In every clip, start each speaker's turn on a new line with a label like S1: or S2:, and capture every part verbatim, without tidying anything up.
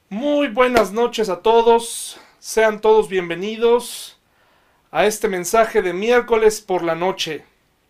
S1: Muy buenas noches a todos, sean todos bienvenidos a este mensaje de miércoles por la noche.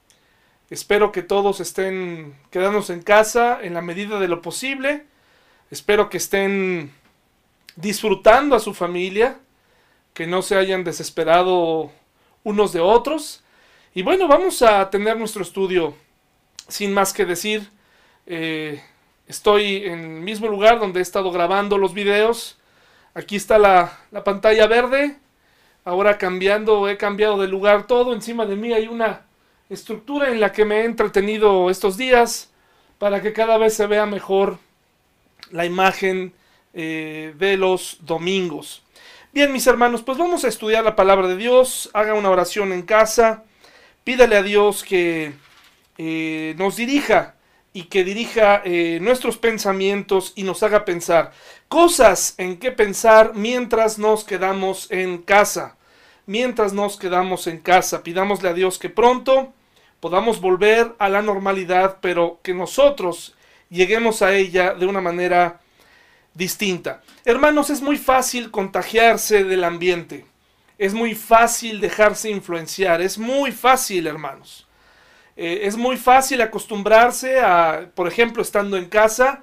S1: Espero que todos estén quedándose en casa en la medida de lo posible. Espero que estén disfrutando a su familia, que no se hayan desesperado unos de otros. Y bueno, vamos a tener nuestro estudio sin más que decir. Eh, estoy en el mismo lugar donde he estado grabando los videos. Aquí está la, la pantalla verde. Ahora cambiando, he cambiado de lugar todo. Encima de mí hay una estructura en la que me he entretenido estos días para que cada vez se vea mejor la imagen eh, de los domingos. Bien, mis hermanos, pues vamos a estudiar la palabra de Dios. Haga una oración en casa. Pídale a Dios que eh, nos dirija y que dirija eh, nuestros pensamientos y nos haga pensar cosas en qué pensar mientras nos quedamos en casa. Mientras nos quedamos en casa, pidámosle a Dios que pronto podamos volver a la normalidad, pero que nosotros lleguemos a ella de una manera distinta. Hermanos, es muy fácil contagiarse del ambiente. Es muy fácil dejarse influenciar. Es muy fácil, hermanos. Eh, es muy fácil acostumbrarse a, por ejemplo, estando en casa,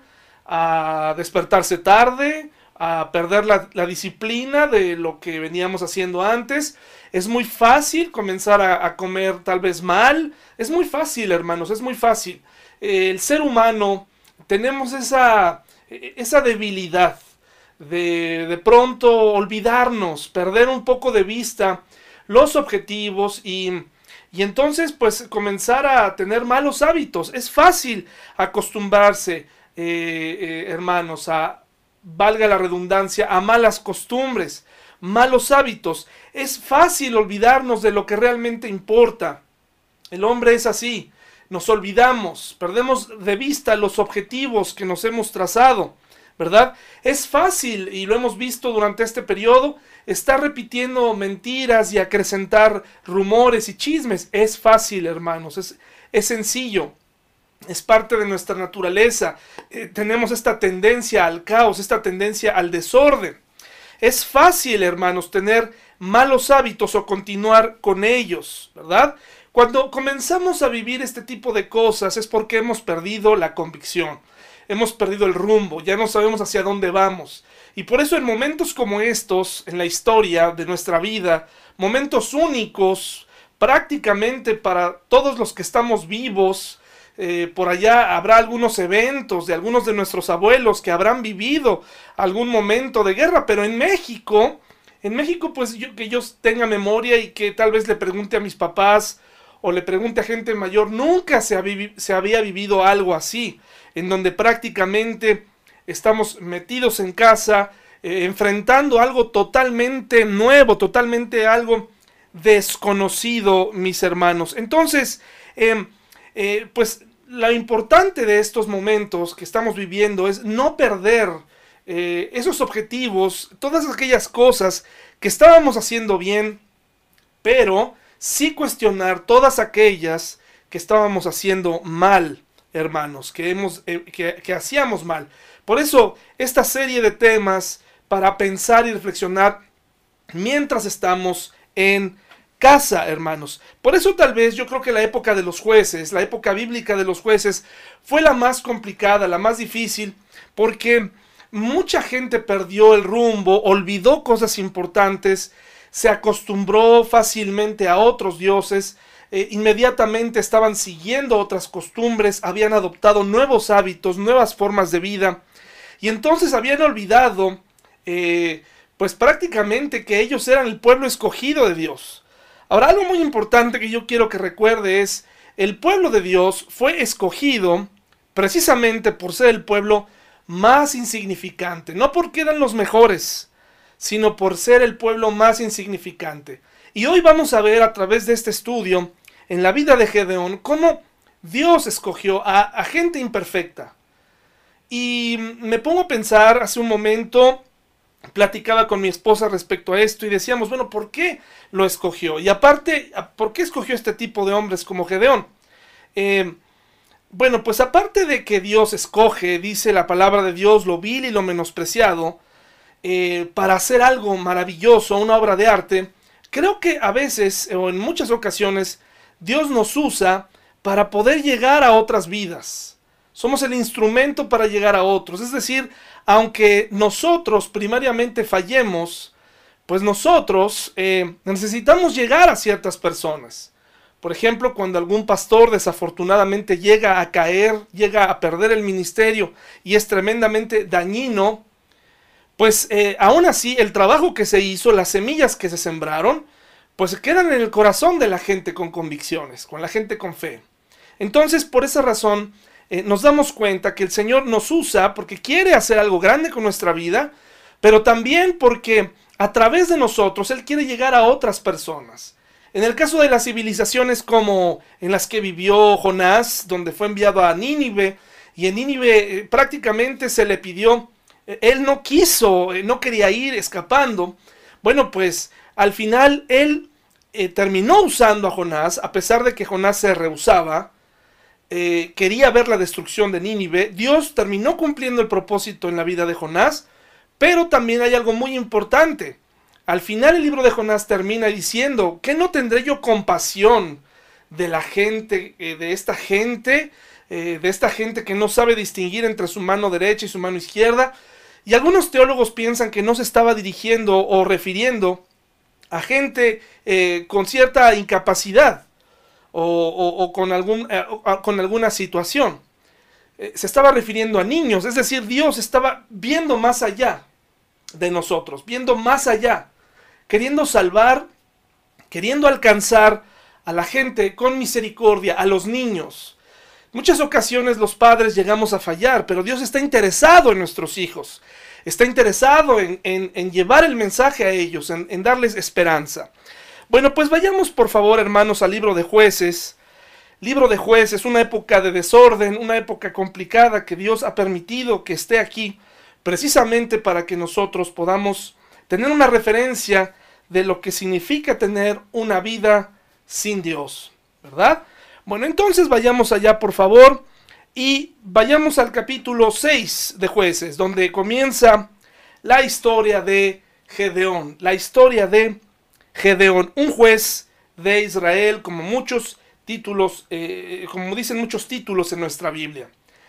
S1: a despertarse tarde, a perder la, la disciplina de lo que veníamos haciendo antes. Es muy fácil comenzar a, a comer tal vez mal. Es muy fácil, hermanos, es muy fácil. Eh, el ser humano, tenemos esa, esa debilidad de de pronto olvidarnos, perder un poco de vista los objetivos y, y entonces pues comenzar a tener malos hábitos. Es fácil acostumbrarse, eh, eh, hermanos, a, valga la redundancia, a malas costumbres, malos hábitos. Es fácil olvidarnos de lo que realmente importa. El hombre es así, nos olvidamos, perdemos de vista los objetivos que nos hemos trazado, ¿verdad? Es fácil, y lo hemos visto durante este periodo, estar repitiendo mentiras y acrecentar rumores y chismes. Es fácil, hermanos, es, es sencillo. Es parte de nuestra naturaleza. Eh, tenemos esta tendencia al caos, esta tendencia al desorden. Es fácil, hermanos, tener malos hábitos o continuar con ellos, ¿verdad? Cuando comenzamos a vivir este tipo de cosas es porque hemos perdido la convicción. Hemos perdido el rumbo, ya no sabemos hacia dónde vamos. Y por eso en momentos como estos, en la historia de nuestra vida, momentos únicos, prácticamente para todos los que estamos vivos, eh, por allá habrá algunos eventos de algunos de nuestros abuelos que habrán vivido algún momento de guerra, pero en México, en México pues yo, que yo tenga memoria y que tal vez le pregunte a mis papás o le pregunte a gente mayor, nunca se, ha se había vivido algo así, en donde prácticamente estamos metidos en casa, eh, enfrentando algo totalmente nuevo, totalmente algo desconocido, mis hermanos. Entonces, eh, eh, pues lo importante de estos momentos que estamos viviendo es no perder eh, esos objetivos, todas aquellas cosas que estábamos haciendo bien, pero sí cuestionar todas aquellas que estábamos haciendo mal, hermanos, que, hemos, eh, que, que hacíamos mal. Por eso, esta serie de temas para pensar y reflexionar mientras estamos en casa, hermanos. Por eso tal vez yo creo que la época de los jueces, la época bíblica de los jueces, fue la más complicada, la más difícil, porque mucha gente perdió el rumbo, olvidó cosas importantes, se acostumbró fácilmente a otros dioses, eh, inmediatamente estaban siguiendo otras costumbres, habían adoptado nuevos hábitos, nuevas formas de vida, y entonces habían olvidado, eh, pues prácticamente que ellos eran el pueblo escogido de Dios. Ahora, algo muy importante que yo quiero que recuerde es, el pueblo de Dios fue escogido precisamente por ser el pueblo más insignificante, no porque eran los mejores, sino por ser el pueblo más insignificante. Y hoy vamos a ver a través de este estudio, en la vida de Gedeón, cómo Dios escogió a, a gente imperfecta. Y me pongo a pensar, hace un momento, platicaba con mi esposa respecto a esto y decíamos, bueno, ¿por qué lo escogió? Y aparte, ¿por qué escogió este tipo de hombres como Gedeón? Eh, Bueno, pues aparte de que Dios escoge, dice la palabra de Dios, lo vil y lo menospreciado, eh, para hacer algo maravilloso, una obra de arte, creo que a veces o en muchas ocasiones Dios nos usa para poder llegar a otras vidas. Somos el instrumento para llegar a otros. Es decir, aunque nosotros primariamente fallemos, pues nosotros eh, necesitamos llegar a ciertas personas. Por ejemplo, cuando algún pastor desafortunadamente llega a caer, llega a perder el ministerio y es tremendamente dañino, pues eh, aún así el trabajo que se hizo, las semillas que se sembraron, pues quedan en el corazón de la gente con convicciones, con la gente con fe. Entonces, por esa razón, eh, nos damos cuenta que el Señor nos usa porque quiere hacer algo grande con nuestra vida, pero también porque a través de nosotros Él quiere llegar a otras personas. En el caso de las civilizaciones como en las que vivió Jonás, donde fue enviado a Nínive, y en Nínive eh, prácticamente se le pidió, eh, él no quiso, eh, no quería ir escapando. Bueno, pues al final él eh, terminó usando a Jonás, a pesar de que Jonás se rehusaba, eh, quería ver la destrucción de Nínive. Dios terminó cumpliendo el propósito en la vida de Jonás, pero también hay algo muy importante. Al final el libro de Jonás termina diciendo, ¿qué no tendré yo compasión de la gente, eh, de esta gente, eh, de esta gente que no sabe distinguir entre su mano derecha y su mano izquierda? Y algunos teólogos piensan que no se estaba dirigiendo o refiriendo a gente eh, con cierta incapacidad o, o, o, con, algún, eh, o con alguna situación. Eh, se estaba refiriendo a niños, es decir, Dios estaba viendo más allá de nosotros, viendo más allá, queriendo salvar, queriendo alcanzar a la gente con misericordia, a los niños. En muchas ocasiones los padres llegamos a fallar, pero Dios está interesado en nuestros hijos, está interesado en, en, en llevar el mensaje a ellos, en, en darles esperanza. Bueno, pues vayamos por favor, hermanos, al libro de Jueces. Libro de Jueces, una época de desorden, una época complicada que Dios ha permitido que esté aquí, precisamente para que nosotros podamos tener una referencia de lo que significa tener una vida sin Dios, ¿verdad? Bueno, entonces vayamos allá, por favor, y vayamos al capítulo seis de Jueces, donde comienza la historia de Gedeón, la historia de Gedeón, un juez de Israel, como muchos títulos, eh, como dicen muchos títulos en nuestra Biblia.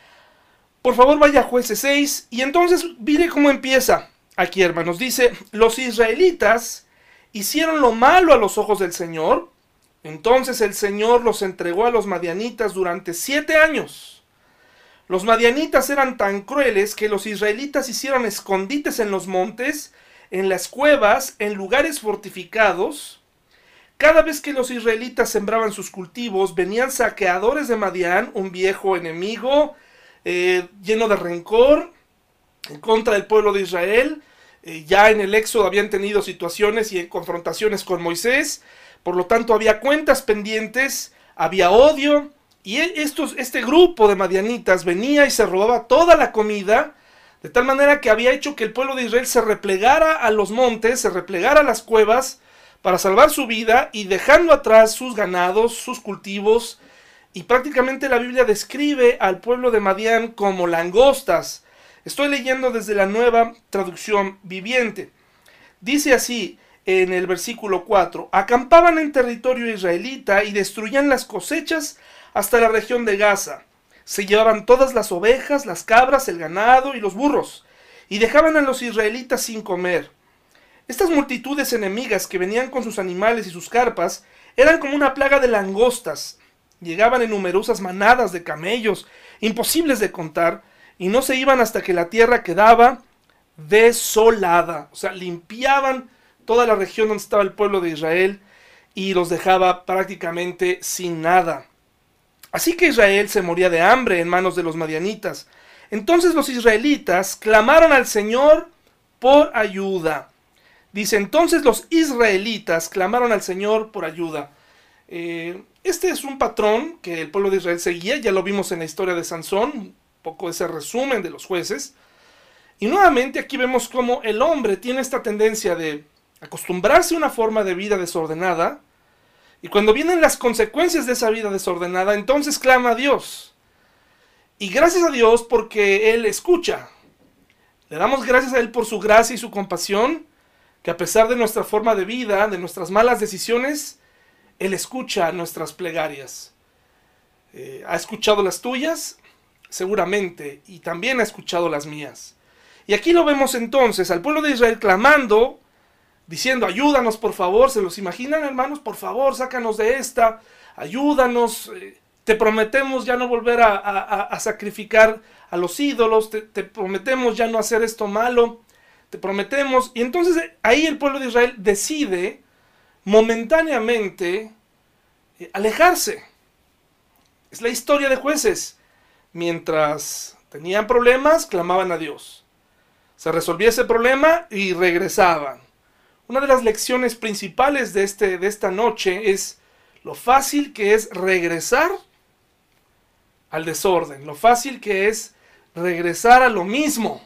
S1: Por favor, vaya a Jueces seis, y entonces mire cómo empieza aquí, hermanos. Dice, los israelitas hicieron lo malo a los ojos del Señor, entonces el Señor los entregó a los madianitas durante siete años. Los madianitas eran tan crueles que los israelitas hicieron escondites en los montes, en las cuevas, en lugares fortificados. Cada vez que los israelitas sembraban sus cultivos, venían saqueadores de Madián, un viejo enemigo, eh, lleno de rencor, en contra del pueblo de Israel. Eh, ya en el Éxodo habían tenido situaciones y confrontaciones con Moisés, por lo tanto había cuentas pendientes, había odio, y estos, este grupo de madianitas venía y se robaba toda la comida, de tal manera que había hecho que el pueblo de Israel se replegara a los montes, se replegara a las cuevas, para salvar su vida, y dejando atrás sus ganados, sus cultivos, y prácticamente la Biblia describe al pueblo de Madián como langostas. Estoy leyendo desde la Nueva Traducción Viviente. Dice así en el versículo cuatro, acampaban en territorio israelita y destruían las cosechas hasta la región de Gaza. Se llevaban todas las ovejas, las cabras, el ganado y los burros, y dejaban a los israelitas sin comer. Estas multitudes enemigas que venían con sus animales y sus carpas eran como una plaga de langostas. Llegaban en numerosas manadas de camellos, imposibles de contar, y no se iban hasta que la tierra quedaba desolada. O sea, limpiaban toda la región donde estaba el pueblo de Israel y los dejaba prácticamente sin nada. Así que Israel se moría de hambre en manos de los madianitas. Entonces los israelitas clamaron al Señor por ayuda. Dice, entonces los israelitas clamaron al Señor por ayuda. Eh, este es un patrón que el pueblo de Israel seguía, ya lo vimos en la historia de Sansón, un poco ese resumen de los jueces. Y nuevamente aquí vemos cómo el hombre tiene esta tendencia de acostumbrarse a una forma de vida desordenada, y cuando vienen las consecuencias de esa vida desordenada, entonces clama a Dios. Y gracias a Dios porque Él escucha. Le damos gracias a Él por su gracia y su compasión, que a pesar de nuestra forma de vida, de nuestras malas decisiones, Él escucha nuestras plegarias. Eh, ha escuchado las tuyas, seguramente, y también ha escuchado las mías. Y aquí lo vemos entonces, al pueblo de Israel clamando, diciendo, ayúdanos por favor. ¿Se los imaginan, hermanos? Por favor, sácanos de esta, ayúdanos, eh, te prometemos ya no volver a, a, a sacrificar a los ídolos, te, te prometemos ya no hacer esto malo, te prometemos. Y entonces ahí el pueblo de Israel decide momentáneamente eh, alejarse. Es la historia de Jueces. Mientras tenían problemas, clamaban a Dios. Se resolvía ese problema y regresaban. Una de las lecciones principales de, este, de esta noche es lo fácil que es regresar al desorden, lo fácil que es regresar a lo mismo.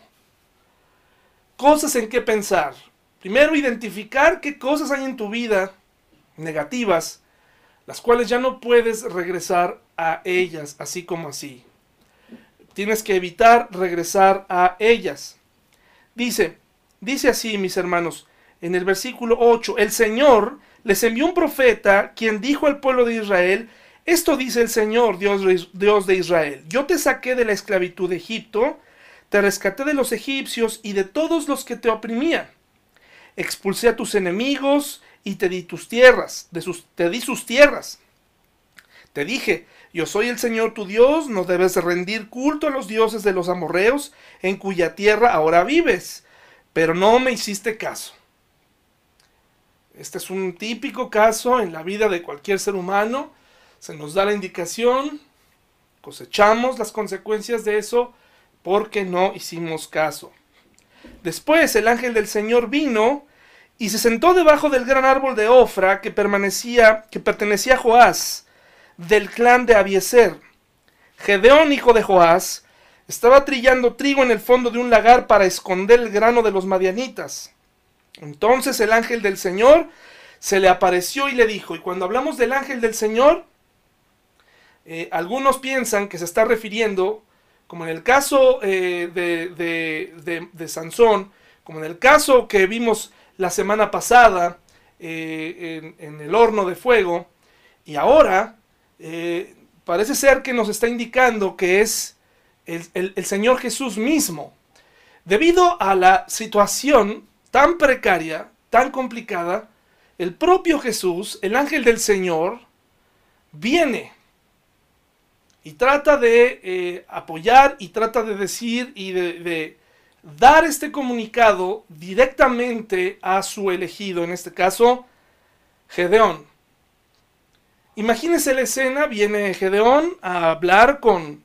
S1: Cosas en qué pensar. Primero, identificar qué cosas hay en tu vida negativas, las cuales ya no puedes regresar a ellas así como así. Tienes que evitar regresar a ellas. Dice, dice así, mis hermanos, en el versículo ocho, el Señor les envió un profeta, quien dijo al pueblo de Israel, esto dice el Señor, Dios, Dios de Israel, yo te saqué de la esclavitud de Egipto, te rescaté de los egipcios y de todos los que te oprimían. Expulsé a tus enemigos y te di tus tierras, de sus, te di sus tierras. Te dije, yo soy el Señor tu Dios, no debes rendir culto a los dioses de los amorreos, en cuya tierra ahora vives, pero no me hiciste caso. Este es un típico caso en la vida de cualquier ser humano. Se nos da la indicación, cosechamos las consecuencias de eso porque no hicimos caso. Después el ángel del Señor vino y se sentó debajo del gran árbol de Ofra que, permanecía, que pertenecía a Joás, del clan de Abiezer. Gedeón, hijo de Joás, estaba trillando trigo en el fondo de un lagar para esconder el grano de los madianitas. Entonces el ángel del Señor se le apareció y le dijo, y cuando hablamos del ángel del Señor, eh, algunos piensan que se está refiriendo, como en el caso eh, de, de, de, de Sansón, como en el caso que vimos la semana pasada eh, en, en el horno de fuego, y ahora eh, parece ser que nos está indicando que es el, el, el Señor Jesús mismo. Debido a la situación tan precaria, tan complicada, el propio Jesús, el ángel del Señor, viene y trata de eh, apoyar y trata de decir y de, de dar este comunicado directamente a su elegido, en este caso, Gedeón. Imagínense la escena, viene Gedeón a hablar con...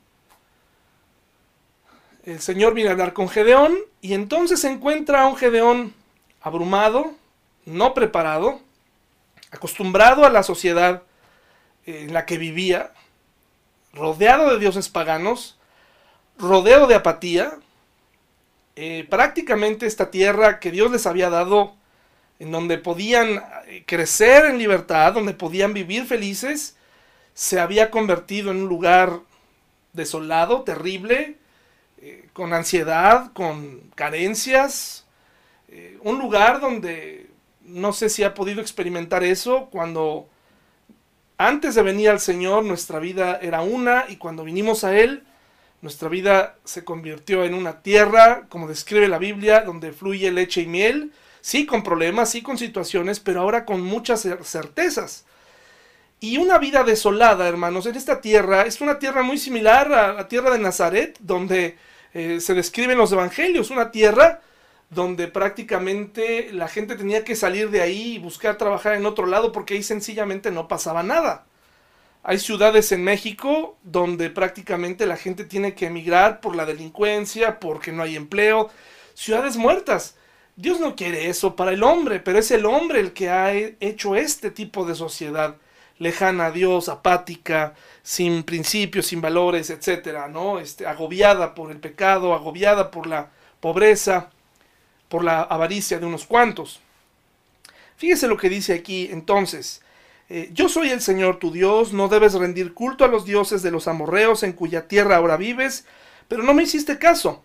S1: El Señor viene a hablar con Gedeón y entonces se encuentra a un Gedeón abrumado, no preparado, acostumbrado a la sociedad en la que vivía, rodeado de dioses paganos, rodeado de apatía. Eh, prácticamente esta tierra que Dios les había dado, en donde podían crecer en libertad, donde podían vivir felices, se había convertido en un lugar desolado, terrible, eh, con ansiedad, con carencias, eh, un lugar donde no sé si ha podido experimentar eso, cuando antes de venir al Señor nuestra vida era una, y cuando vinimos a Él, nuestra vida se convirtió en una tierra, como describe la Biblia, donde fluye leche y miel, sí con problemas, sí con situaciones, pero ahora con muchas certezas. Y una vida desolada, hermanos, en esta tierra, es una tierra muy similar a la tierra de Nazaret, donde eh, se describen los evangelios, una tierra donde prácticamente la gente tenía que salir de ahí y buscar trabajar en otro lado, porque ahí sencillamente no pasaba nada. Hay ciudades en México donde prácticamente la gente tiene que emigrar por la delincuencia, porque no hay empleo, ciudades muertas. Dios no quiere eso para el hombre, pero es el hombre el que ha hecho este tipo de sociedad lejana a Dios, apática, sin principios, sin valores, etcétera, ¿no? Este, agobiada por el pecado, agobiada por la pobreza, por la avaricia de unos cuantos. Fíjese lo que dice aquí, entonces, eh, yo soy el Señor tu Dios, no debes rendir culto a los dioses de los amorreos en cuya tierra ahora vives, pero no me hiciste caso.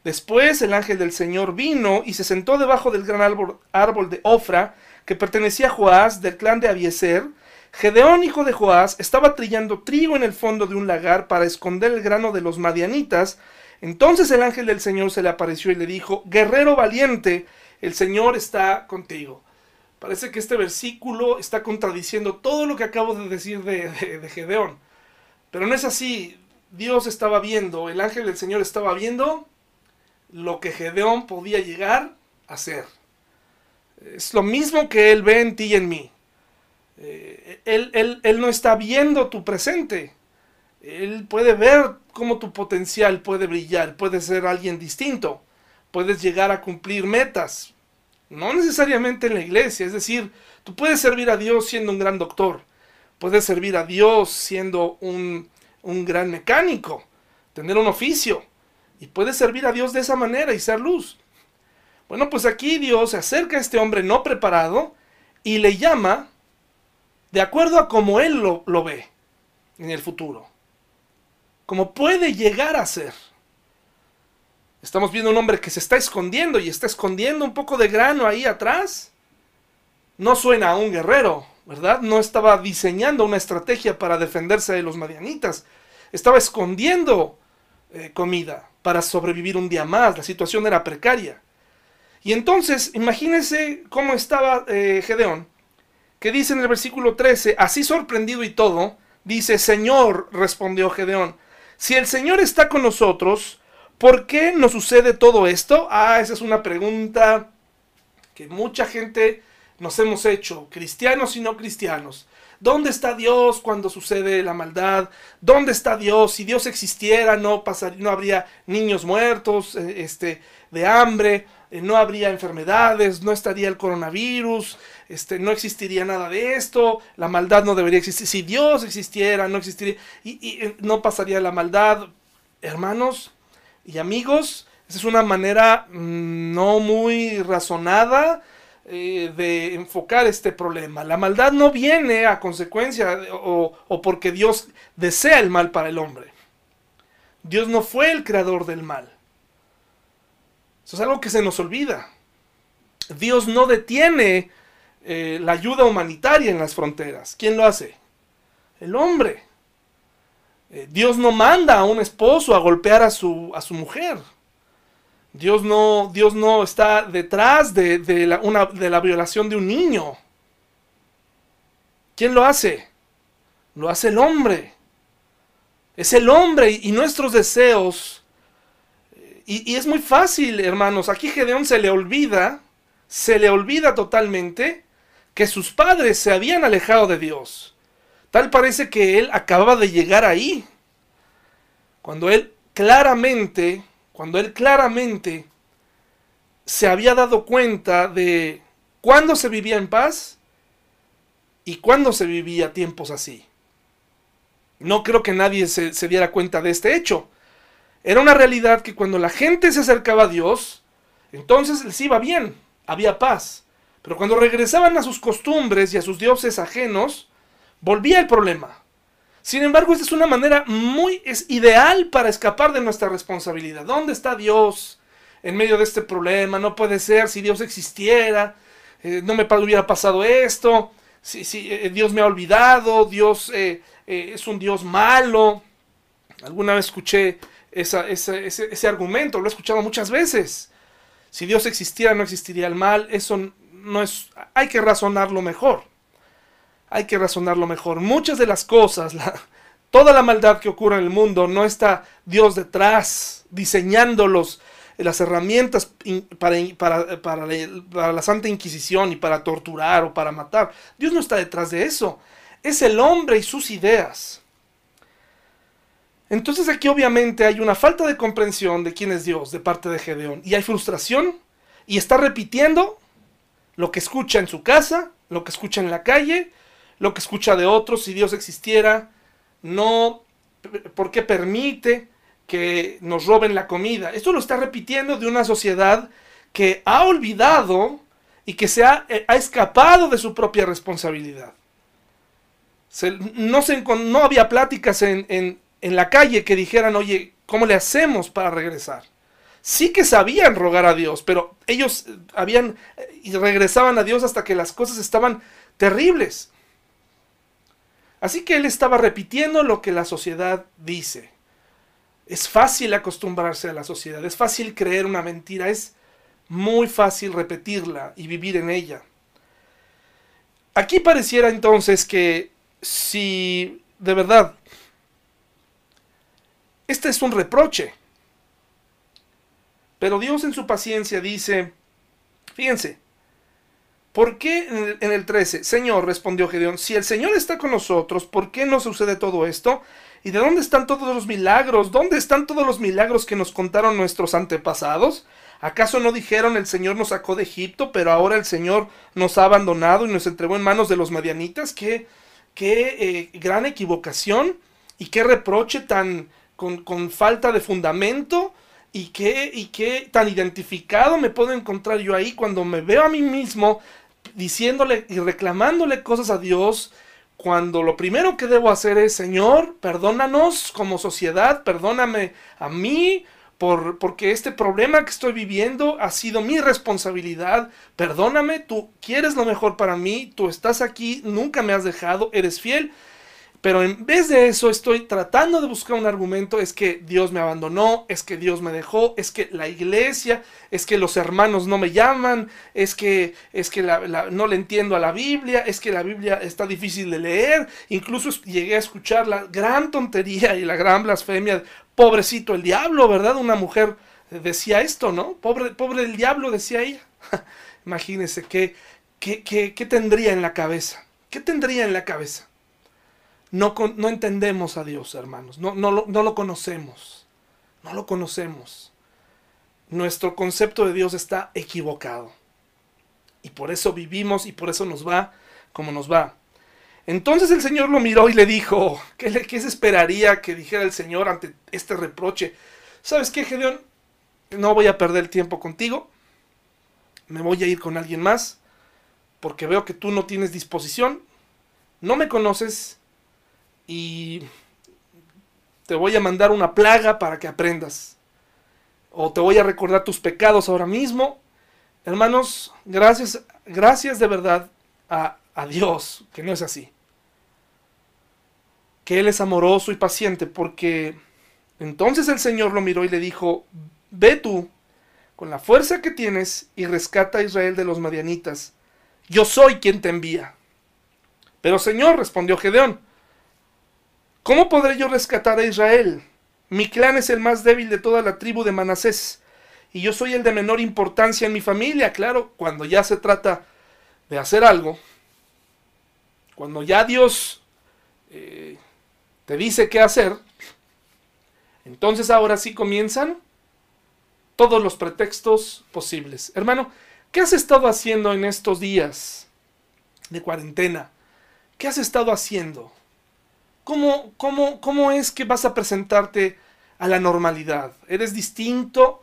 S1: Después el ángel del Señor vino y se sentó debajo del gran árbol, árbol de Ofra, que pertenecía a Joás, del clan de Abiezer. Gedeón, hijo de Joás, estaba trillando trigo en el fondo de un lagar para esconder el grano de los madianitas. Entonces el ángel del Señor se le apareció y le dijo: guerrero valiente, el Señor está contigo. Parece que este versículo está contradiciendo todo lo que acabo de decir de, de, de Gedeón. Pero no es así. Dios estaba viendo, el ángel del Señor estaba viendo lo que Gedeón podía llegar a ser. Es lo mismo que Él ve en ti y en mí. Eh, él, él, él no está viendo tu presente. Él puede ver cómo tu potencial puede brillar, puede ser alguien distinto. Puedes llegar a cumplir metas. No necesariamente en la iglesia, es decir, tú puedes servir a Dios siendo un gran doctor. Puedes servir a Dios siendo un, un gran mecánico, tener un oficio. Y puedes servir a Dios de esa manera y ser luz. Bueno, pues aquí Dios se acerca a este hombre no preparado y le llama de acuerdo a cómo él lo, lo ve en el futuro. Como puede llegar a ser. Estamos viendo un hombre que se está escondiendo y está escondiendo un poco de grano ahí atrás. No suena a un guerrero, ¿verdad? No estaba diseñando una estrategia para defenderse de los madianitas. Estaba escondiendo eh, comida para sobrevivir un día más. La situación era precaria. Y entonces, imagínense cómo estaba eh, Gedeón, que dice en el versículo trece, así sorprendido y todo, dice: Señor, respondió Gedeón, si el Señor está con nosotros, ¿por qué nos sucede todo esto? Ah, esa es una pregunta que mucha gente nos hemos hecho, cristianos y no cristianos. ¿Dónde está Dios cuando sucede la maldad? ¿Dónde está Dios? Si Dios existiera, no pasaría, no habría niños muertos eh, este, de hambre, eh, no habría enfermedades, no estaría el coronavirus, este, no existiría nada de esto, la maldad no debería existir. Si Dios existiera, no existiría, y, y eh, no pasaría la maldad. Hermanos y amigos, esa es una manera mmm, no muy razonada Eh, de enfocar este problema. La maldad no viene a consecuencia o, o porque Dios desea el mal para el hombre. Dios no fue el creador del mal. Eso es algo que se nos olvida. Dios no detiene eh, la ayuda humanitaria en las fronteras. ¿Quién lo hace? El hombre. Eh, Dios no manda a un esposo a golpear a su, a su mujer. Dios no, Dios no está detrás de, de, la, una, de la violación de un niño. ¿Quién lo hace? Lo hace el hombre. Es el hombre y, y nuestros deseos. Y, y es muy fácil, hermanos. Aquí Gedeón se le olvida, se le olvida totalmente que sus padres se habían alejado de Dios. Tal parece que él acababa de llegar ahí. Cuando él claramente... Cuando él claramente se había dado cuenta de cuándo se vivía en paz y cuándo se vivía tiempos así. No creo que nadie se, se diera cuenta de este hecho. Era una realidad que cuando la gente se acercaba a Dios, entonces les iba bien, había paz. Pero cuando regresaban a sus costumbres y a sus dioses ajenos, volvía el problema. Sin embargo, esta es una manera muy es ideal para escapar de nuestra responsabilidad. ¿Dónde está Dios en medio de este problema? No puede ser. Si Dios existiera, eh, no me hubiera pasado esto. Si, si eh, Dios me ha olvidado, Dios eh, eh, es un Dios malo. Alguna vez escuché esa, esa, ese, ese argumento, lo he escuchado muchas veces. Si Dios existiera, no existiría el mal. Eso no es. Hay que razonarlo mejor. Hay que razonarlo mejor. Muchas de las cosas, la, toda la maldad que ocurre en el mundo, no está Dios detrás, diseñándolos, las herramientas para, para, para, para la Santa Inquisición y para torturar o para matar. Dios no está detrás de eso. Es el hombre y sus ideas. Entonces aquí obviamente hay una falta de comprensión de quién es Dios de parte de Gedeón. Y hay frustración y está repitiendo lo que escucha en su casa, lo que escucha en la calle, lo que escucha de otros. Si Dios existiera, no, ¿por qué permite que nos roben la comida? Esto lo está repitiendo de una sociedad que ha olvidado y que se ha, ha escapado de su propia responsabilidad. Se, no, se, no había pláticas en, en, en la calle que dijeran, oye, ¿cómo le hacemos para regresar? sí que sabían rogar a Dios, pero ellos habían y regresaban a Dios hasta que las cosas estaban terribles. Así que él estaba repitiendo lo que la sociedad dice. Es fácil acostumbrarse a la sociedad, es fácil creer una mentira, es muy fácil repetirla y vivir en ella. Aquí pareciera entonces que si de verdad este es un reproche, pero Dios en su paciencia dice, fíjense, ¿por qué en el trece? Señor, respondió Gedeón, si el Señor está con nosotros, ¿por qué no sucede todo esto? ¿Y de dónde están todos los milagros? ¿Dónde están todos los milagros que nos contaron nuestros antepasados? ¿Acaso no dijeron el Señor nos sacó de Egipto, pero ahora el Señor nos ha abandonado y nos entregó en manos de los madianitas? ¿Qué, qué eh, gran equivocación y qué reproche tan con, con falta de fundamento y qué, y qué tan identificado me puedo encontrar yo ahí cuando me veo a mí mismo diciéndole y reclamándole cosas a Dios, cuando lo primero que debo hacer es, Señor, perdónanos como sociedad, perdóname a mí, por, porque este problema que estoy viviendo ha sido mi responsabilidad, perdóname, tú quieres lo mejor para mí, tú estás aquí, nunca me has dejado, eres fiel. Pero en vez de eso estoy tratando de buscar un argumento, es que Dios me abandonó, es que Dios me dejó, es que la iglesia, es que los hermanos no me llaman, es que, es que la, la, no le entiendo a la Biblia, es que la Biblia está difícil de leer. Incluso llegué a escuchar la gran tontería y la gran blasfemia, pobrecito el diablo, ¿verdad? Una mujer decía esto, ¿no? Pobre, pobre el diablo, decía ella. Imagínense, ¿qué, qué, qué, qué tendría en la cabeza? ¿Qué tendría en la cabeza? No, no entendemos a Dios, hermanos. No, no, lo, no lo conocemos. No lo conocemos. Nuestro concepto de Dios está equivocado. Y por eso vivimos y por eso nos va como nos va. Entonces el Señor lo miró y le dijo, ¿qué, le, qué se esperaría que dijera el Señor ante este reproche? ¿Sabes qué, Gedeón? No voy a perder el tiempo contigo. Me voy a ir con alguien más. Porque veo que tú no tienes disposición. No me conoces. Y te voy a mandar una plaga para que aprendas. O te voy a recordar tus pecados ahora mismo. Hermanos, gracias, gracias de verdad a, a Dios, que no es así. Que Él es amoroso y paciente, porque entonces el Señor lo miró y le dijo, ve tú, con la fuerza que tienes, y rescata a Israel de los madianitas. Yo soy quien te envía. Pero Señor, respondió Gedeón, ¿cómo podré yo rescatar a Israel? Mi clan es el más débil de toda la tribu de Manasés, y yo soy el de menor importancia en mi familia. Claro, cuando ya se trata de hacer algo, cuando ya Dios eh, te dice qué hacer, entonces ahora sí comienzan todos los pretextos posibles. Hermano, ¿qué has estado haciendo en estos días de cuarentena? ¿Qué has estado haciendo? ¿Cómo, cómo, ¿Cómo es que vas a presentarte a la normalidad? ¿Eres distinto?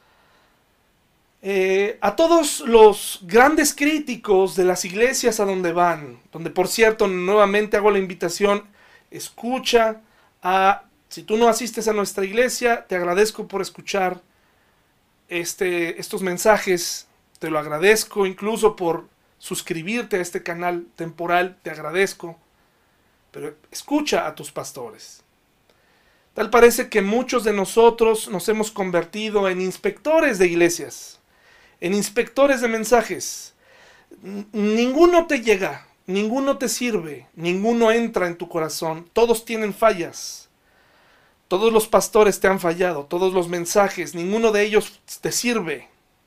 S1: Eh, a todos los grandes críticos de las iglesias a donde van, donde por cierto nuevamente hago la invitación, escucha, a, si tú no asistes a nuestra iglesia, te agradezco por escuchar este, estos mensajes, te lo agradezco incluso por suscribirte a este canal temporal, te agradezco. Pero escucha a tus pastores. Tal parece que muchos de nosotros nos hemos convertido en inspectores de iglesias, en inspectores de mensajes. Ninguno te llega, ninguno te sirve, ninguno entra en tu corazón. Todos tienen fallas. Todos los pastores te han fallado, todos los mensajes, ninguno de ellos te sirve.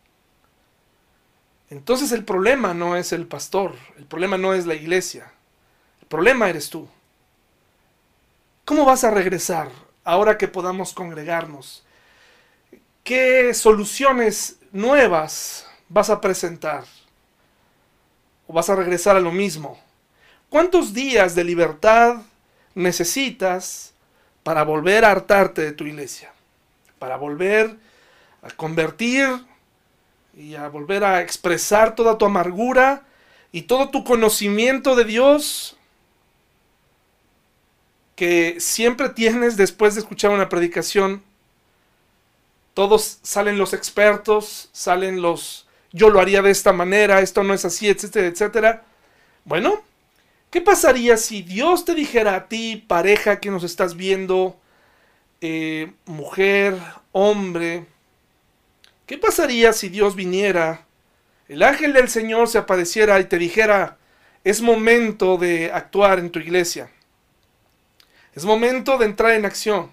S1: Entonces el problema no es el pastor, el problema no es la iglesia, el problema eres tú. ¿Cómo vas a regresar ahora que podamos congregarnos? ¿Qué soluciones nuevas vas a presentar? ¿O vas a regresar a lo mismo? ¿Cuántos días de libertad necesitas para volver a hartarte de tu iglesia? Para volver a convertir y a volver a expresar toda tu amargura y todo tu conocimiento de Dios que siempre tienes después de escuchar una predicación Todos salen los expertos, salen los yo lo haría de esta manera, esto no es así, etcétera, etcétera. Bueno, ¿qué pasaría si Dios te dijera a ti, pareja que nos estás viendo, eh, mujer, hombre? ¿Qué pasaría si Dios viniera, el ángel del Señor se apareciera y te dijera, es momento de actuar en tu iglesia? Es momento de entrar en acción.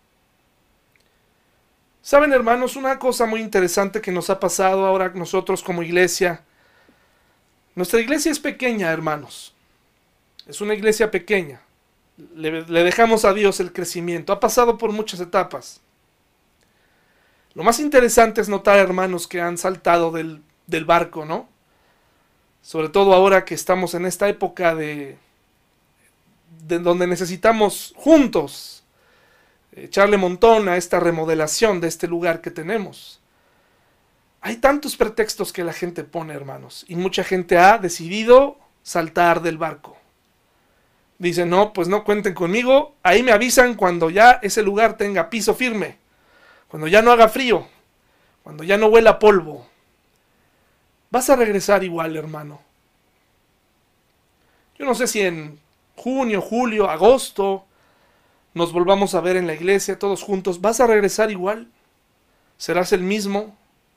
S1: Saben, hermanos, una cosa muy interesante que nos ha pasado ahora nosotros como iglesia. Nuestra iglesia es pequeña, hermanos. Es una iglesia pequeña. Le, le dejamos a Dios el crecimiento. Ha pasado por muchas etapas. Lo más interesante es notar, hermanos, que han saltado del, del barco, ¿no? Sobre todo ahora que estamos en esta época de, de donde necesitamos juntos echarle montón a esta remodelación de este lugar que tenemos. Hay tantos pretextos que la gente pone, hermanos, y mucha gente ha decidido saltar del barco. Dice, no, pues no cuenten conmigo, ahí me avisan cuando ya ese lugar tenga piso firme, cuando ya no haga frío, cuando ya no huela polvo. Vas a regresar igual, hermano. Yo no sé si en junio, julio, agosto nos volvamos a ver en la iglesia todos juntos. ¿Vas a regresar igual? ¿Serás el mismo?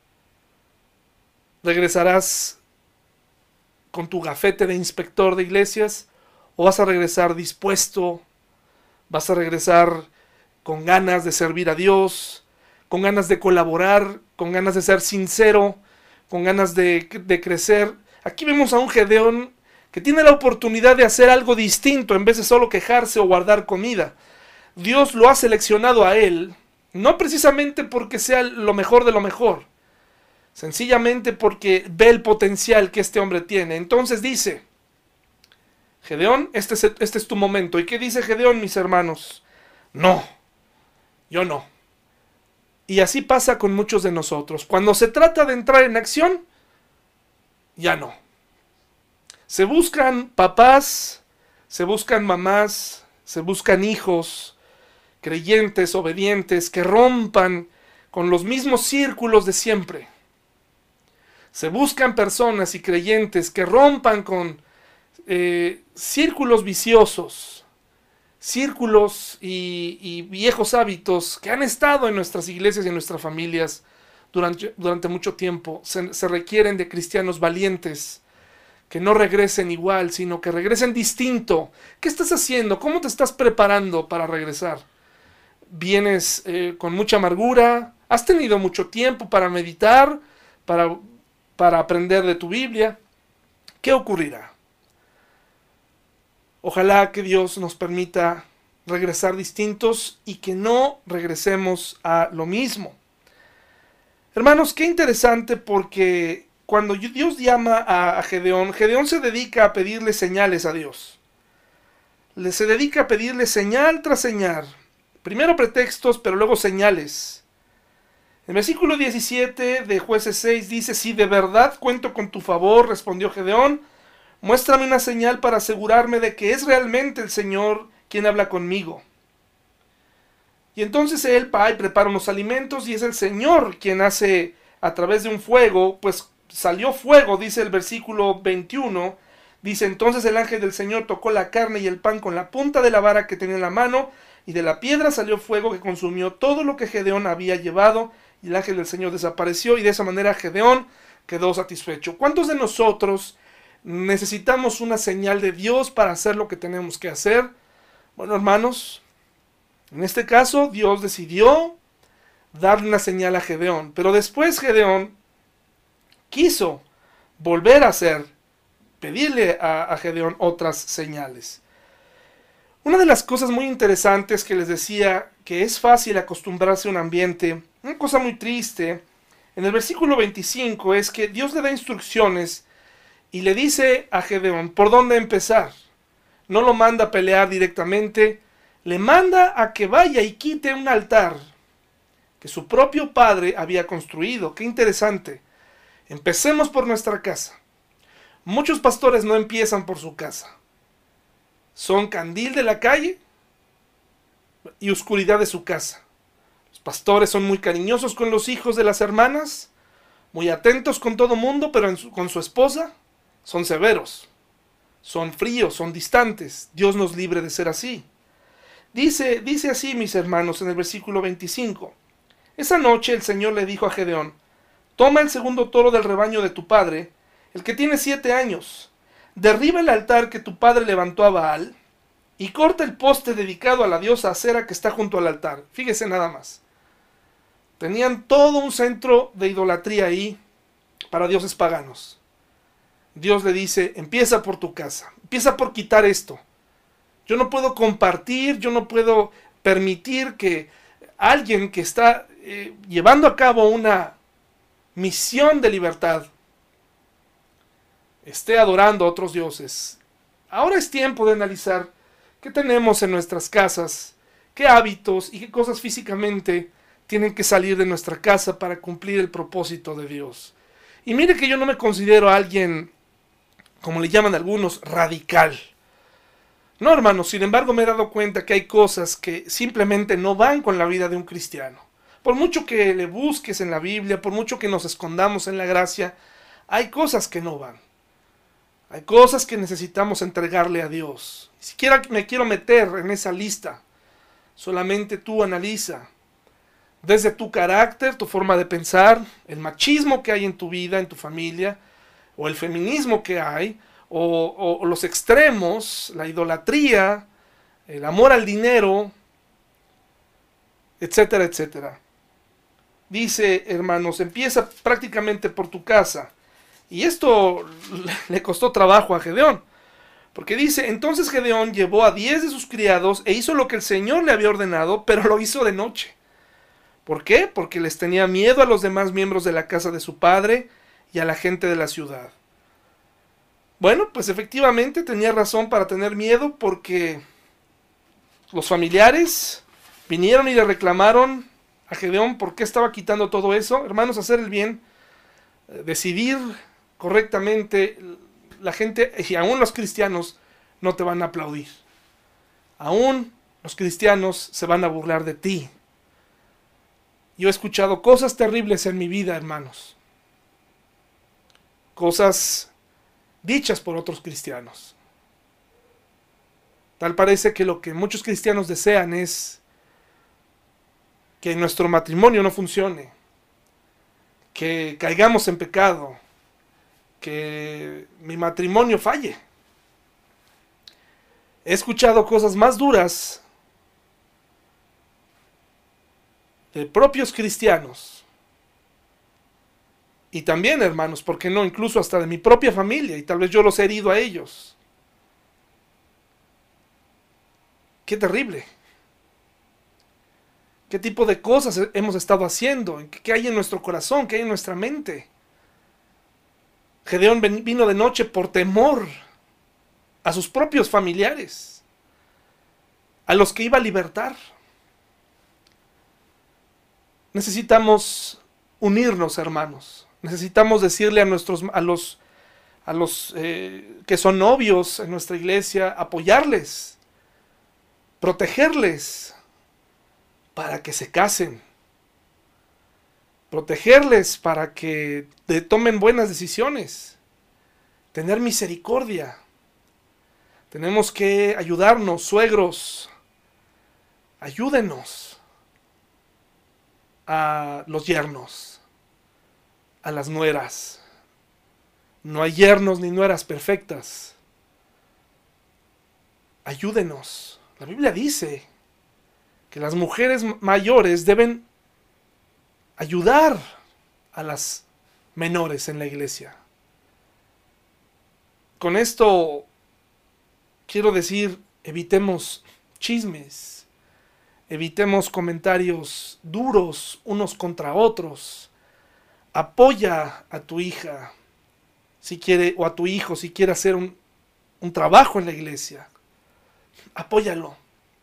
S1: ¿Regresarás con tu gafete de inspector de iglesias? ¿O vas a regresar dispuesto? ¿Vas a regresar con ganas de servir a Dios? ¿Con ganas de colaborar? ¿Con ganas de ser sincero? ¿Con ganas de, de crecer? Aquí vemos a un Gedeón que tiene la oportunidad de hacer algo distinto en vez de solo quejarse o guardar comida. Dios lo ha seleccionado a él, no precisamente porque sea lo mejor de lo mejor, sencillamente porque ve el potencial que este hombre tiene. Entonces dice, Gedeón, este es, este es tu momento. ¿Y qué dice Gedeón, mis hermanos? No, yo no. Y así pasa con muchos de nosotros. Cuando se trata de entrar en acción, ya no. Se buscan papás, se buscan mamás, se buscan hijos, creyentes, obedientes, que rompan con los mismos círculos de siempre. Se buscan personas y creyentes que rompan con eh, círculos viciosos, círculos y, y viejos hábitos que han estado en nuestras iglesias y en nuestras familias durante, durante mucho tiempo. Se, se requieren de cristianos valientes, que no regresen igual, sino que regresen distinto. ¿Qué estás haciendo? ¿Cómo te estás preparando para regresar? ¿Vienes eh, con mucha amargura? ¿Has tenido mucho tiempo para meditar, para, para aprender de tu Biblia? ¿Qué ocurrirá? Ojalá que Dios nos permita regresar distintos y que no regresemos a lo mismo. Hermanos, qué interesante, porque cuando Dios llama a Gedeón, Gedeón se dedica a pedirle señales a Dios. Le se dedica a pedirle señal tras señal. Primero pretextos, pero luego señales. En versículo diecisiete de Jueces seis dice, si de verdad cuento con tu favor, respondió Gedeón, muéstrame una señal para asegurarme de que es realmente el Señor quien habla conmigo. Y entonces él va y prepara unos alimentos y es el Señor quien hace a través de un fuego, pues salió fuego, dice el versículo veintiuno, dice, entonces el ángel del Señor tocó la carne y el pan con la punta de la vara que tenía en la mano, y de la piedra salió fuego que consumió todo lo que Gedeón había llevado, y el ángel del Señor desapareció, y de esa manera Gedeón quedó satisfecho. ¿Cuántos de nosotros necesitamos una señal de Dios para hacer lo que tenemos que hacer? Bueno, hermanos, en este caso Dios decidió darle una señal a Gedeón, pero después Gedeón quiso volver a hacer, pedirle a, a Gedeón otras señales. Una de las cosas muy interesantes que les decía, que es fácil acostumbrarse a un ambiente, una cosa muy triste, en el versículo veinticinco es que Dios le da instrucciones y le dice a Gedeón por dónde empezar. No lo manda a pelear directamente, le manda a que vaya y quite un altar que su propio padre había construido. Qué interesante. Empecemos por nuestra casa. Muchos pastores no empiezan por su casa. Son candil de la calle y oscuridad de su casa. Los pastores son muy cariñosos con los hijos de las hermanas, muy atentos con todo mundo, pero en su, con su esposa son severos, son fríos, son distantes. Dios nos libre de ser así. Dice, dice así, mis hermanos, en el versículo veinticinco. Esa noche el Señor le dijo a Gedeón: toma el segundo toro del rebaño de tu padre, el que tiene siete años, derriba el altar que tu padre levantó a Baal, y corta el poste dedicado a la diosa Acera que está junto al altar. Fíjese nada más. Tenían todo un centro de idolatría ahí para dioses paganos. Dios le dice: empieza por tu casa, empieza por quitar esto. Yo no puedo compartir, yo no puedo permitir que alguien que está eh, llevando a cabo una misión de libertad esté adorando a otros dioses. Ahora es tiempo de analizar qué tenemos en nuestras casas, qué hábitos y qué cosas físicamente tienen que salir de nuestra casa para cumplir el propósito de Dios. Y mire que yo no me considero alguien, como le llaman algunos, radical. No, hermanos, sin embargo me he dado cuenta que hay cosas que simplemente no van con la vida de un cristiano. Por mucho que le busques en la Biblia, por mucho que nos escondamos en la gracia, hay cosas que no van. Hay cosas que necesitamos entregarle a Dios. Ni siquiera me quiero meter en esa lista. Solamente tú analiza. Desde tu carácter, tu forma de pensar, el machismo que hay en tu vida, en tu familia, o el feminismo que hay, o, o, o los extremos, la idolatría, el amor al dinero, etcétera, etcétera. Dice, hermanos, empieza prácticamente por tu casa. Y esto le costó trabajo a Gedeón, porque dice: entonces Gedeón llevó a diez de sus criados e hizo lo que el Señor le había ordenado, pero lo hizo de noche. ¿Por qué? Porque les tenía miedo a los demás miembros de la casa de su padre y a la gente de la ciudad. Bueno, pues efectivamente tenía razón para tener miedo, porque los familiares vinieron y le reclamaron a Gedeón por qué estaba quitando todo eso. Hermanos, hacer el bien, decidir correctamente, la gente, y aún los cristianos, no te van a aplaudir. Aún los cristianos se van a burlar de ti. Yo he escuchado cosas terribles en mi vida, hermanos. Cosas dichas por otros cristianos. Tal parece que lo que muchos cristianos desean es que nuestro matrimonio no funcione, que caigamos en pecado, que mi matrimonio falle. He escuchado cosas más duras de propios cristianos, y también, hermanos, ¿por qué no? Incluso hasta de mi propia familia, y tal vez yo los he herido a ellos. ¡Qué terrible! ¿Qué tipo de cosas hemos estado haciendo? ¿Qué hay en nuestro corazón? ¿Qué hay en nuestra mente? Gedeón vino de noche por temor a sus propios familiares, a los que iba a libertar. Necesitamos unirnos, hermanos. Necesitamos decirle a nuestros, a los, a los eh, que son novios en nuestra iglesia, apoyarles, protegerles para que se casen, protegerles para que tomen buenas decisiones, tener misericordia. Tenemos que ayudarnos, suegros, ayúdenos a los yernos, a las nueras. No hay yernos ni nueras perfectas. Ayúdenos. La Biblia dice que las mujeres mayores deben ayudar a las menores en la iglesia. Con esto quiero decir, evitemos chismes, evitemos comentarios duros unos contra otros. Apoya a tu hija si quiere, o a tu hijo si quiere hacer un, un trabajo en la iglesia. Apóyalo.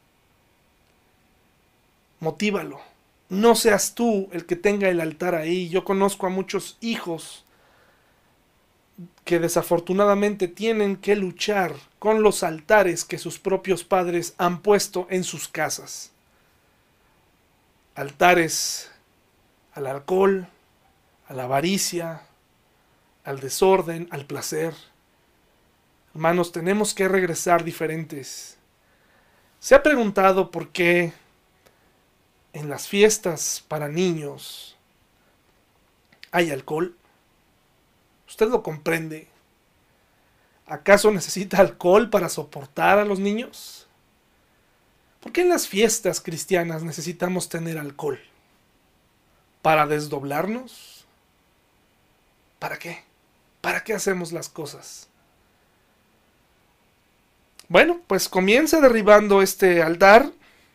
S1: Motívalo. No seas tú el que tenga el altar ahí. Yo conozco a muchos hijos que desafortunadamente tienen que luchar con los altares que sus propios padres han puesto en sus casas. altares al alcohol, a la avaricia, al desorden, al placer. Hermanos, tenemos que regresar diferentes. ¿Se ha preguntado por qué en las fiestas para niños hay alcohol? ¿Usted lo comprende? ¿Acaso necesita alcohol para soportar a los niños? ¿Por qué en las fiestas cristianas necesitamos tener alcohol? ¿Para desdoblarnos? ¿Para qué? ¿Para qué hacemos las cosas? Bueno, pues comienza derribando este altar.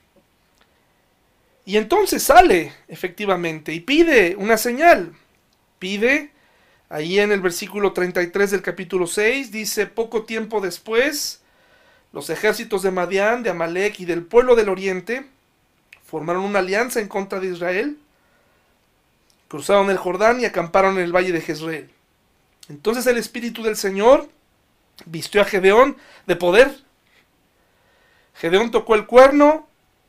S1: Y entonces sale, efectivamente, y pide una señal. Pide, ahí en el versículo treinta y tres del capítulo seis, dice: poco tiempo después, los ejércitos de Madián, de Amalec y del pueblo del oriente formaron una alianza en contra de Israel, cruzaron el Jordán y acamparon en el valle de Jezreel. Entonces el Espíritu del Señor vistió a Gedeón de poder. Gedeón tocó el cuerno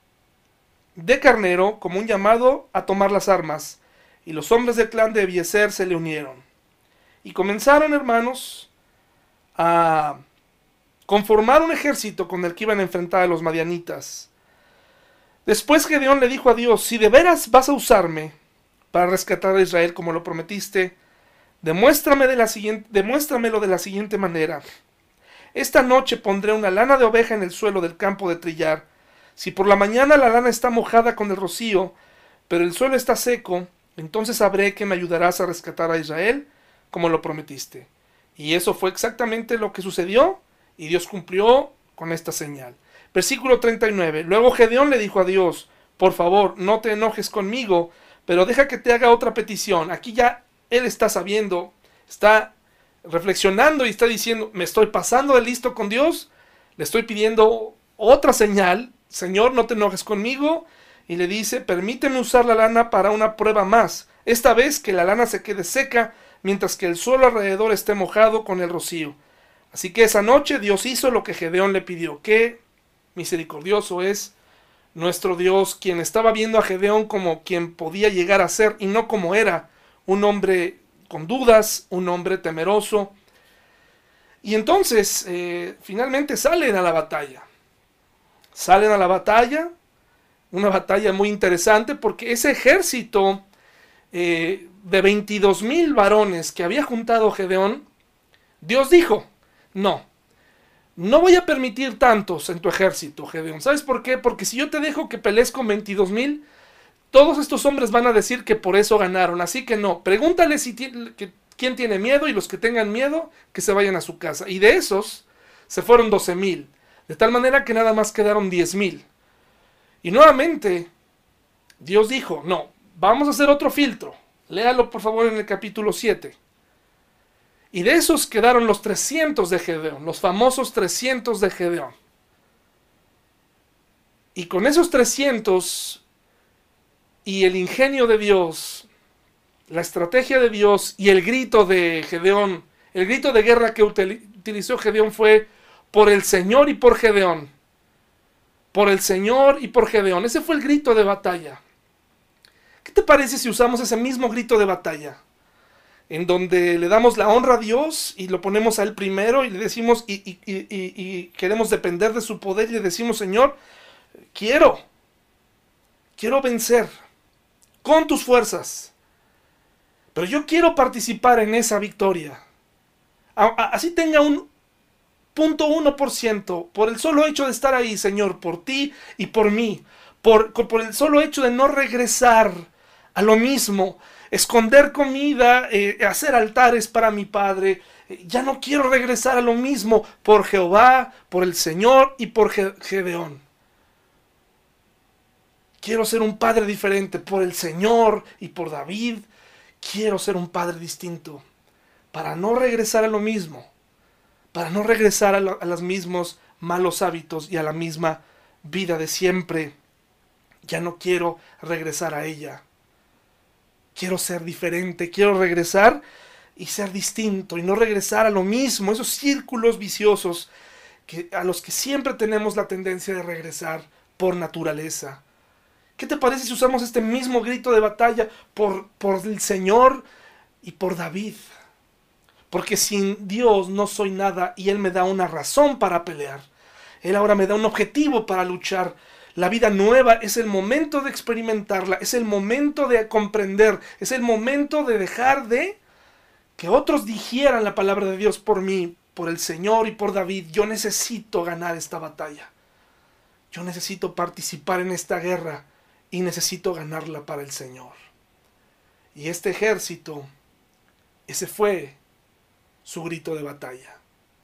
S1: de carnero como un llamado a tomar las armas, y los hombres del clan de Abiezer se le unieron. Y comenzaron, hermanos, a conformar un ejército con el que iban a enfrentar a los madianitas. Después Gedeón le dijo a Dios: si de veras vas a usarme para rescatar a Israel como lo prometiste, demuéstrame de la siguiente, demuéstramelo de la siguiente manera. Esta noche pondré una lana de oveja en el suelo del campo de trillar. Si por la mañana la lana está mojada con el rocío, pero el suelo está seco, entonces sabré que me ayudarás a rescatar a Israel como lo prometiste. Y eso fue exactamente lo que sucedió, y Dios cumplió con esta señal. Versículo treinta y nueve. Luego Gedeón le dijo a Dios: por favor, no te enojes conmigo, pero deja que te haga otra petición. Aquí ya él está sabiendo, está reflexionando y está diciendo: me estoy pasando de listo con Dios, le estoy pidiendo otra señal. Señor, no te enojes conmigo. Y le dice: permíteme usar la lana para una prueba más, esta vez que la lana se quede seca, mientras que el suelo alrededor esté mojado con el rocío. Así que esa noche Dios hizo lo que Gedeón le pidió. Qué misericordioso es nuestro Dios, quien estaba viendo a Gedeón como quien podía llegar a ser y no como era, un hombre con dudas, un hombre temeroso. Y entonces eh, finalmente salen a la batalla. Salen a la batalla, una batalla muy interesante, porque ese ejército eh, de veintidós mil varones que había juntado Gedeón, Dios dijo: no, no voy a permitir tantos en tu ejército, Gedeón. ¿Sabes por qué? Porque si yo te dejo que pelees con veintidós mil, todos estos hombres van a decir que por eso ganaron. Así que no, pregúntale si tiene, que, quién tiene miedo, y los que tengan miedo, que se vayan a su casa. Y de esos se fueron doce mil, de tal manera que nada más quedaron diez mil. Y nuevamente Dios dijo: no, vamos a hacer otro filtro. Léalo por favor en el capítulo siete. Y de esos quedaron los trescientos de Gedeón, los famosos trescientos de Gedeón. Y con esos trescientos y el ingenio de Dios, la estrategia de Dios y el grito de Gedeón, el grito de guerra que utilizó Gedeón fue: por el Señor y por Gedeón. Por el Señor y por Gedeón. Ese fue el grito de batalla. ¿Qué te parece si usamos ese mismo grito de batalla? En donde le damos la honra a Dios y lo ponemos a Él primero y le decimos, y, y, y, y queremos depender de su poder, y le decimos: Señor, quiero, quiero vencer con tus fuerzas, pero yo quiero participar en esa victoria. A, a, así tenga un cero punto uno por ciento, por el solo hecho de estar ahí, Señor, por ti y por mí, por, por el solo hecho de no regresar a lo mismo, esconder comida, eh, hacer altares para mi Padre. Eh, ya no quiero regresar a lo mismo, por Jehová, por el Señor y por Gedeón. Quiero ser un padre diferente, por el Señor y por David. Quiero ser un padre distinto, para no regresar a lo mismo, para no regresar a, lo, a los mismos malos hábitos y a la misma vida de siempre. Ya no quiero regresar a ella. Quiero ser diferente, quiero regresar y ser distinto, y no regresar a lo mismo, esos círculos viciosos que, a los que siempre tenemos la tendencia de regresar por naturaleza. ¿Qué te parece si usamos este mismo grito de batalla por, por el Señor y por David? Porque sin Dios no soy nada y Él me da una razón para pelear. Él ahora me da un objetivo para luchar. La vida nueva es el momento de experimentarla, es el momento de comprender, es el momento de dejar de que otros digieran la palabra de Dios por mí, por el Señor y por David. Yo necesito ganar esta batalla. Yo necesito participar en esta guerra y necesito ganarla para el Señor. Y este ejército, ese fue su grito de batalla.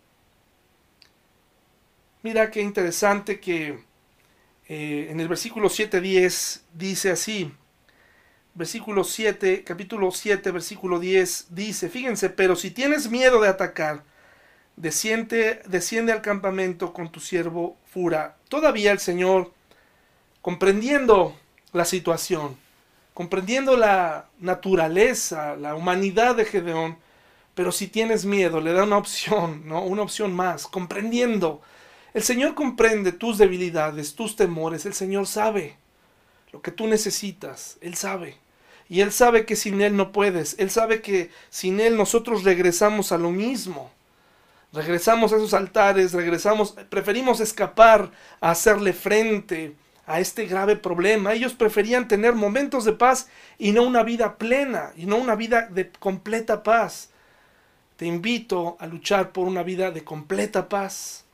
S1: Mira qué interesante que eh, en el versículo siete diez dice así. Versículo siete, capítulo siete, versículo diez dice, fíjense, pero si tienes miedo de atacar, desciende, desciende al campamento con tu siervo Fura. Todavía el Señor, comprendiendo la situación, comprendiendo la naturaleza, la humanidad de Gedeón, pero si tienes miedo, le da una opción, ¿no? Una opción más, comprendiendo. El Señor comprende tus debilidades, tus temores, el Señor sabe lo que tú necesitas, Él sabe. Y Él sabe que sin Él no puedes. Él sabe que sin Él nosotros regresamos a lo mismo. Regresamos a esos altares, regresamos, preferimos escapar a hacerle frente a este grave problema. Ellos preferían tener momentos de paz y no una vida plena, y no una vida de completa paz. Te invito a luchar por una vida de completa paz.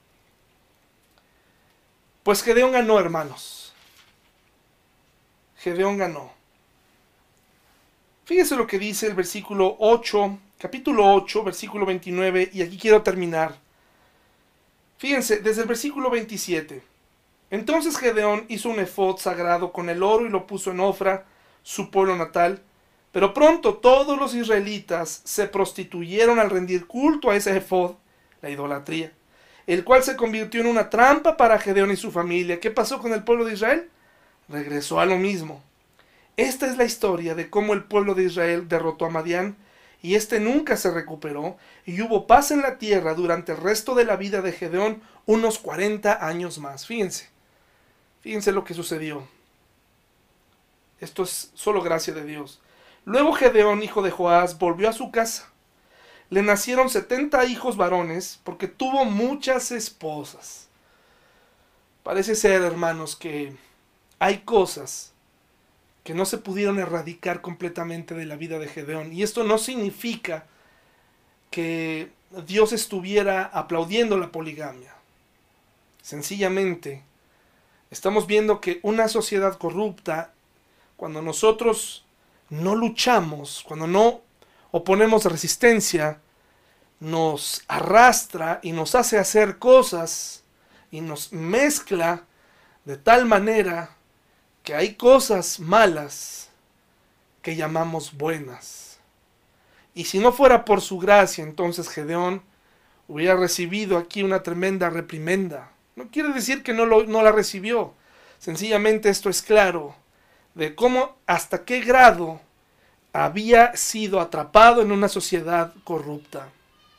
S1: Pues Gedeón ganó, hermanos. Gedeón ganó. Fíjese lo que dice el versículo ocho, capítulo ocho, versículo veintinueve, y aquí quiero terminar. Fíjense, desde el versículo veintisiete. Entonces Gedeón hizo un efod sagrado con el oro y lo puso en Ofra, su pueblo natal. Pero pronto todos los israelitas se prostituyeron al rendir culto a ese efod, la idolatría, el cual se convirtió en una trampa para Gedeón y su familia. ¿Qué pasó con el pueblo de Israel? Regresó a lo mismo. Esta es la historia de cómo el pueblo de Israel derrotó a Madián, y éste nunca se recuperó, y hubo paz en la tierra durante el resto de la vida de Gedeón, unos cuarenta años más. Fíjense, fíjense lo que sucedió. Esto es solo gracia de Dios. Luego Gedeón, hijo de Joás, volvió a su casa. Le nacieron setenta hijos varones, porque tuvo muchas esposas. Parece ser, hermanos, que hay cosas que no se pudieron erradicar completamente de la vida de Gedeón. Y esto no significa que Dios estuviera aplaudiendo la poligamia. Sencillamente, estamos viendo que una sociedad corrupta, cuando nosotros no luchamos, cuando no oponemos resistencia, nos arrastra y nos hace hacer cosas y nos mezcla de tal manera que hay cosas malas que llamamos buenas. Y si no fuera por su gracia, entonces Gedeón hubiera recibido aquí una tremenda reprimenda. No quiere decir que no, lo, no la recibió. Sencillamente esto es claro de cómo, hasta qué grado había sido atrapado en una sociedad corrupta.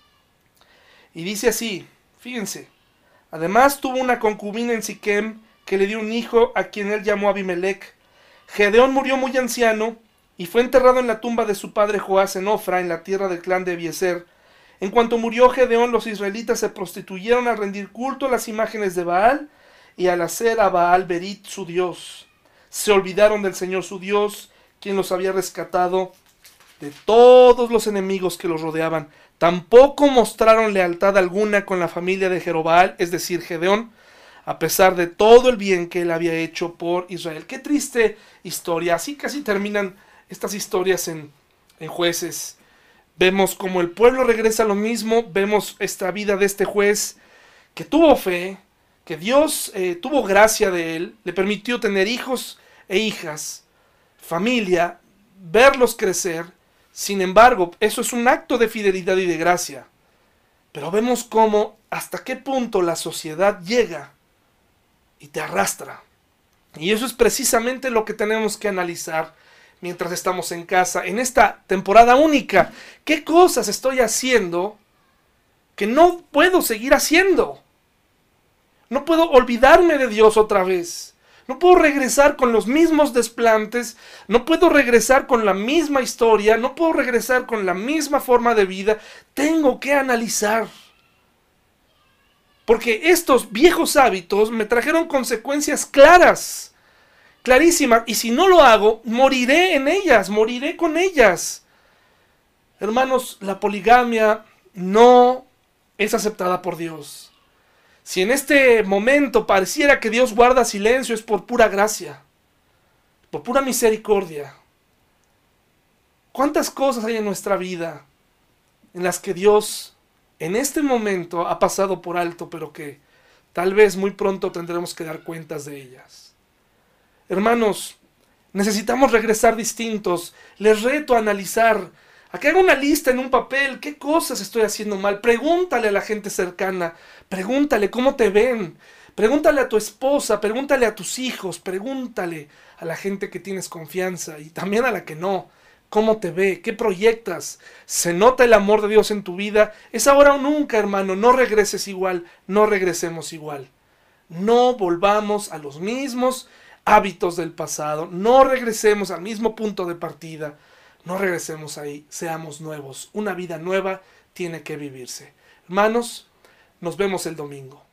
S1: Y dice así, fíjense, además tuvo una concubina en Siquem que le dio un hijo a quien él llamó Abimelech. Gedeón murió muy anciano y fue enterrado en la tumba de su padre Joás en Ofra, en la tierra del clan de Abiezer. En cuanto murió Gedeón, los israelitas se prostituyeron al rendir culto a las imágenes de Baal y al hacer a Baal Berit su dios. Se olvidaron del Señor su Dios, quien los había rescatado de todos los enemigos que los rodeaban. Tampoco mostraron lealtad alguna con la familia de Jerobaal, es decir, Gedeón, a pesar de todo el bien que él había hecho por Israel. Qué triste historia. Así casi terminan estas historias en, en Jueces. Vemos como el pueblo regresa a lo mismo. Vemos esta vida de este juez que tuvo fe, que Dios eh, tuvo gracia de él, le permitió tener hijos e hijas, familia, verlos crecer. Sin embargo, eso es un acto de fidelidad y de gracia. Pero vemos cómo, hasta qué punto la sociedad llega y te arrastra. Y eso es precisamente lo que tenemos que analizar mientras estamos en casa, en esta temporada única. ¿Qué cosas estoy haciendo que no puedo seguir haciendo? No puedo olvidarme de Dios otra vez. No puedo regresar con los mismos desplantes, no puedo regresar con la misma historia, no puedo regresar con la misma forma de vida. Tengo que analizar. Porque estos viejos hábitos me trajeron consecuencias claras, clarísimas. Y si no lo hago, moriré en ellas, moriré con ellas. Hermanos, la poligamia no es aceptada por Dios. Si en este momento pareciera que Dios guarda silencio, es por pura gracia, por pura misericordia. ¿Cuántas cosas hay en nuestra vida en las que Dios en este momento ha pasado por alto, pero que tal vez muy pronto tendremos que dar cuentas de ellas? Hermanos, necesitamos regresar distintos. Les reto a analizar, a que haga una lista en un papel, qué cosas estoy haciendo mal. Pregúntale a la gente cercana, pregúntale cómo te ven, pregúntale a tu esposa, pregúntale a tus hijos, pregúntale a la gente que tienes confianza y también a la que no. ¿Cómo te ve? ¿Qué proyectas? ¿Se nota el amor de Dios en tu vida? Es ahora o nunca, hermano. No regreses igual, no regresemos igual. No volvamos a los mismos hábitos del pasado. No regresemos al mismo punto de partida. No regresemos ahí. Seamos nuevos. Una vida nueva tiene que vivirse. Hermanos, nos vemos el domingo.